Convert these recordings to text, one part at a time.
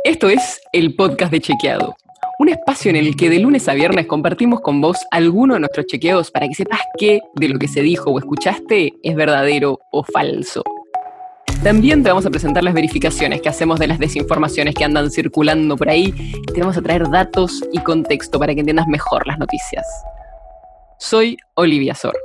Esto es el podcast de Chequeado, un espacio en el que de lunes a viernes compartimos con vos alguno de nuestros chequeos para que sepas qué de lo que se dijo o escuchaste es verdadero o falso. También te vamos a presentar las verificaciones que hacemos de las desinformaciones que andan circulando por ahí y te vamos a traer datos y contexto para que entiendas mejor las noticias. Soy Olivia Sor.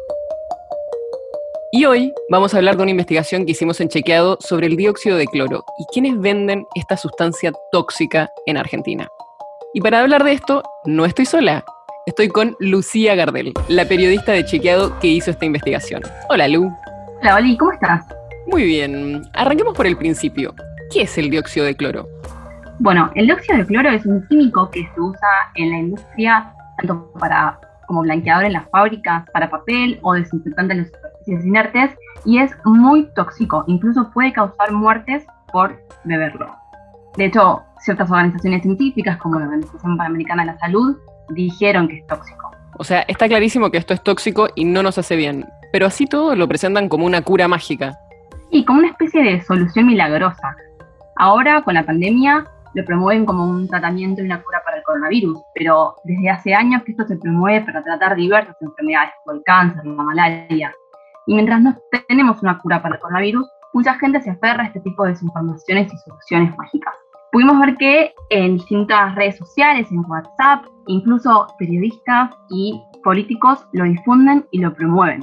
Y hoy vamos a hablar de una investigación que hicimos en Chequeado sobre el dióxido de cloro y quiénes venden esta sustancia tóxica en Argentina. Y para hablar de esto, no estoy sola. Estoy con Lucía Gardel, la periodista de Chequeado que hizo esta investigación. Hola, Lu. Hola, Oli, ¿cómo estás? Muy bien. Arranquemos por el principio. ¿Qué es el dióxido de cloro? Bueno, el dióxido de cloro es un químico que se usa en la industria tanto como blanqueador en las fábricas, para papel o desinfectante en las superficies inertes, y es muy tóxico, incluso puede causar muertes por beberlo. De hecho, ciertas organizaciones científicas, como la Organización Panamericana de la Salud, dijeron que es tóxico. O sea, está clarísimo que esto es tóxico y no nos hace bien, pero así todo lo presentan como una cura mágica. Y como una especie de solución milagrosa. Ahora, con la pandemia, lo promueven como un tratamiento y una cura para el coronavirus, pero desde hace años que esto se promueve para tratar diversas enfermedades como el cáncer, la malaria. Y mientras no tenemos una cura para el coronavirus, mucha gente se aferra a este tipo de desinformaciones y soluciones mágicas. Pudimos ver que en distintas redes sociales, en WhatsApp, incluso periodistas y políticos lo difunden y lo promueven.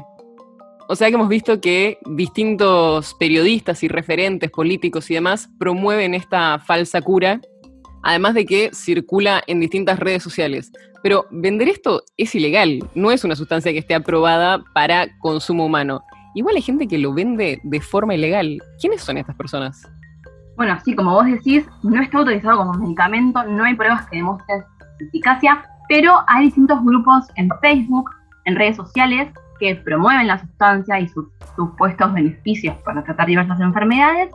O sea que hemos visto que distintos periodistas y referentes políticos y demás promueven esta falsa cura, además de que circula en distintas redes sociales. Pero vender esto es ilegal, no es una sustancia que esté aprobada para consumo humano. Igual hay gente que lo vende de forma ilegal. ¿Quiénes son estas personas? Bueno, sí, como vos decís, no está autorizado como medicamento, no hay pruebas que demuestren su eficacia, pero hay distintos grupos en Facebook, en redes sociales, que promueven la sustancia y sus supuestos beneficios para tratar diversas enfermedades,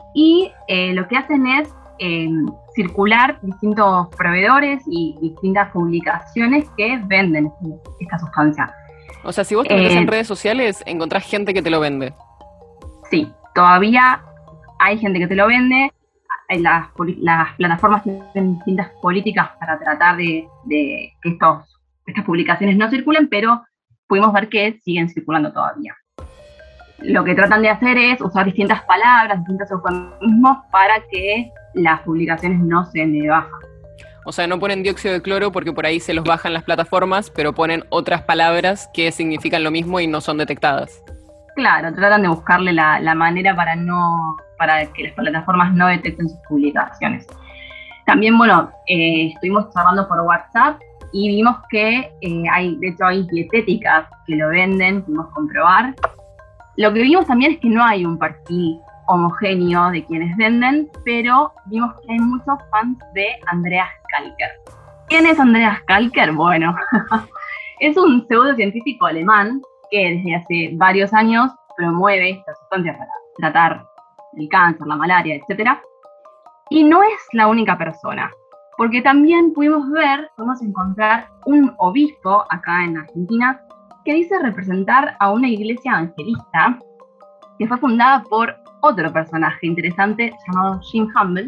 y lo que hacen es circular distintos proveedores y distintas publicaciones que venden esta sustancia. O sea, si vos te metés en redes sociales, encontrás gente que te lo vende. Sí, todavía hay gente que te lo vende. Las plataformas tienen distintas políticas para tratar de que estas publicaciones no circulen, pero pudimos ver que siguen circulando todavía. Lo que tratan de hacer es usar distintas palabras, distintos eufemismos para que las publicaciones no se den de baja. O sea, no ponen dióxido de cloro porque por ahí se los bajan las plataformas, pero ponen otras palabras que significan lo mismo y no son detectadas. Claro, tratan de buscarle la manera para que las plataformas no detecten sus publicaciones. También, estuvimos charlando por WhatsApp y vimos que hay dietéticas que lo venden, pudimos comprobar. Lo que vimos también es que no hay un perfil homogéneo de quienes venden, pero vimos que hay muchos fans de Andreas Kalker. ¿Quién es Andreas Kalker? Bueno, es un pseudocientífico alemán que desde hace varios años promueve esta sustancia para tratar el cáncer, la malaria, etc. Y no es la única persona, porque también pudimos encontrar un obispo acá en Argentina que dice representar a una iglesia evangelista que fue fundada por otro personaje interesante llamado Jim Humble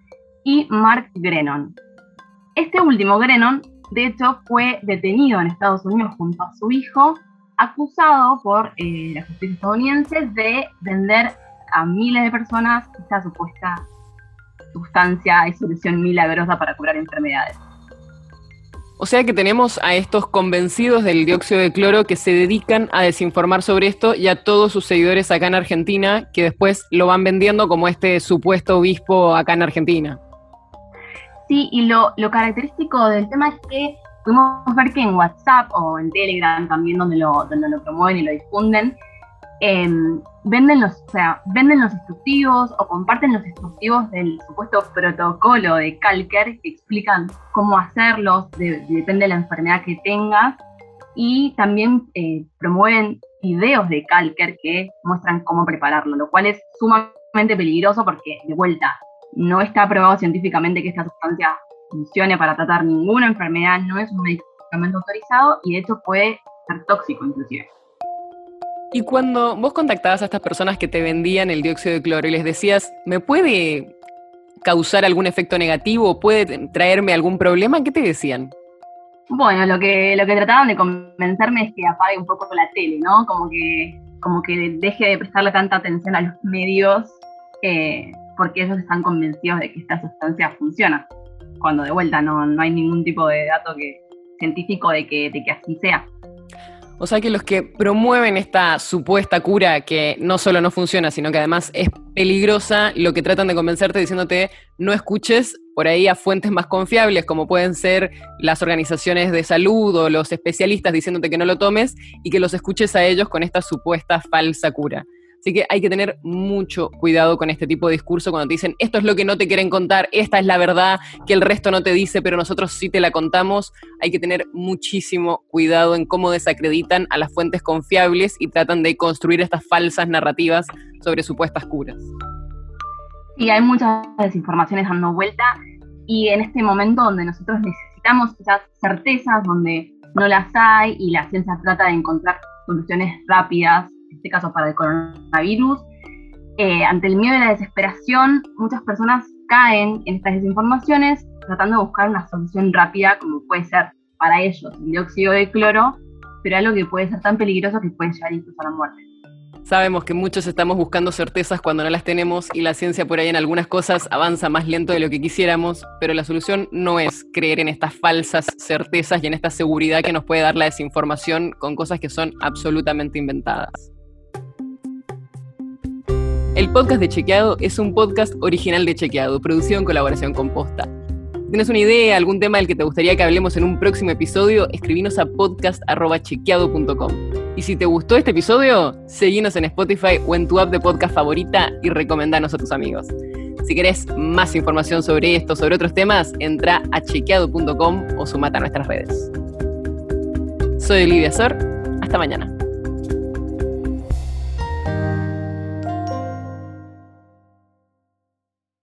y Mark Grenon. Este último, Grenon, de hecho, fue detenido en Estados Unidos junto a su hijo, acusado por la justicia estadounidense de vender a miles de personas esta supuesta sustancia y solución milagrosa para curar enfermedades. O sea que tenemos a estos convencidos del dióxido de cloro que se dedican a desinformar sobre esto y a todos sus seguidores acá en Argentina que después lo van vendiendo como este supuesto obispo acá en Argentina. Sí, y lo característico del tema es que pudimos ver que en WhatsApp o en Telegram también donde lo promueven y lo difunden, venden los instructivos o comparten los instructivos del supuesto protocolo de Kalker que explican cómo hacerlos, depende de la enfermedad que tengas, y también promueven videos de Kalker que muestran cómo prepararlo, lo cual es sumamente peligroso porque, de vuelta, no está aprobado científicamente que esta sustancia funcione para tratar ninguna enfermedad, no es un medicamento autorizado y de hecho puede ser tóxico inclusive. Y cuando vos contactabas a estas personas que te vendían el dióxido de cloro y les decías, ¿me puede causar algún efecto negativo? ¿Puede traerme algún problema? ¿Qué te decían? Bueno, lo que trataban de convencerme es que apague un poco la tele, ¿no? Como que deje de prestarle tanta atención a los medios, porque ellos están convencidos de que esta sustancia funciona, cuando de vuelta no hay ningún tipo de dato científico de que así sea. O sea que los que promueven esta supuesta cura que no solo no funciona, sino que además es peligrosa, lo que tratan de convencerte diciéndote no escuches por ahí a fuentes más confiables, como pueden ser las organizaciones de salud o los especialistas diciéndote que no lo tomes y que los escuches a ellos con esta supuesta falsa cura. Así que hay que tener mucho cuidado con este tipo de discurso cuando te dicen esto es lo que no te quieren contar, esta es la verdad que el resto no te dice, pero nosotros sí te la contamos. Hay que tener muchísimo cuidado en cómo desacreditan a las fuentes confiables y tratan de construir estas falsas narrativas sobre supuestas curas. Y hay muchas desinformaciones dando vuelta, y en este momento donde nosotros necesitamos esas certezas, donde no las hay y la ciencia trata de encontrar soluciones rápidas, en este caso para el coronavirus, ante el miedo y la desesperación, muchas personas caen en estas desinformaciones tratando de buscar una solución rápida, como puede ser para ellos el dióxido de cloro, pero algo que puede ser tan peligroso que puede llevar incluso a la muerte. Sabemos que muchos estamos buscando certezas cuando no las tenemos y la ciencia por ahí en algunas cosas avanza más lento de lo que quisiéramos, pero la solución no es creer en estas falsas certezas y en esta seguridad que nos puede dar la desinformación con cosas que son absolutamente inventadas. El podcast de Chequeado es un podcast original de Chequeado, producido en colaboración con Posta. Si tienes una idea, algún tema del que te gustaría que hablemos en un próximo episodio, escribinos a podcast@chequeado.com. Y si te gustó este episodio, seguinos en Spotify o en tu app de podcast favorita y recomendanos a tus amigos. Si querés más información sobre esto, sobre otros temas, entra a chequeado.com o sumate a nuestras redes. Soy Olivia Sor, hasta mañana.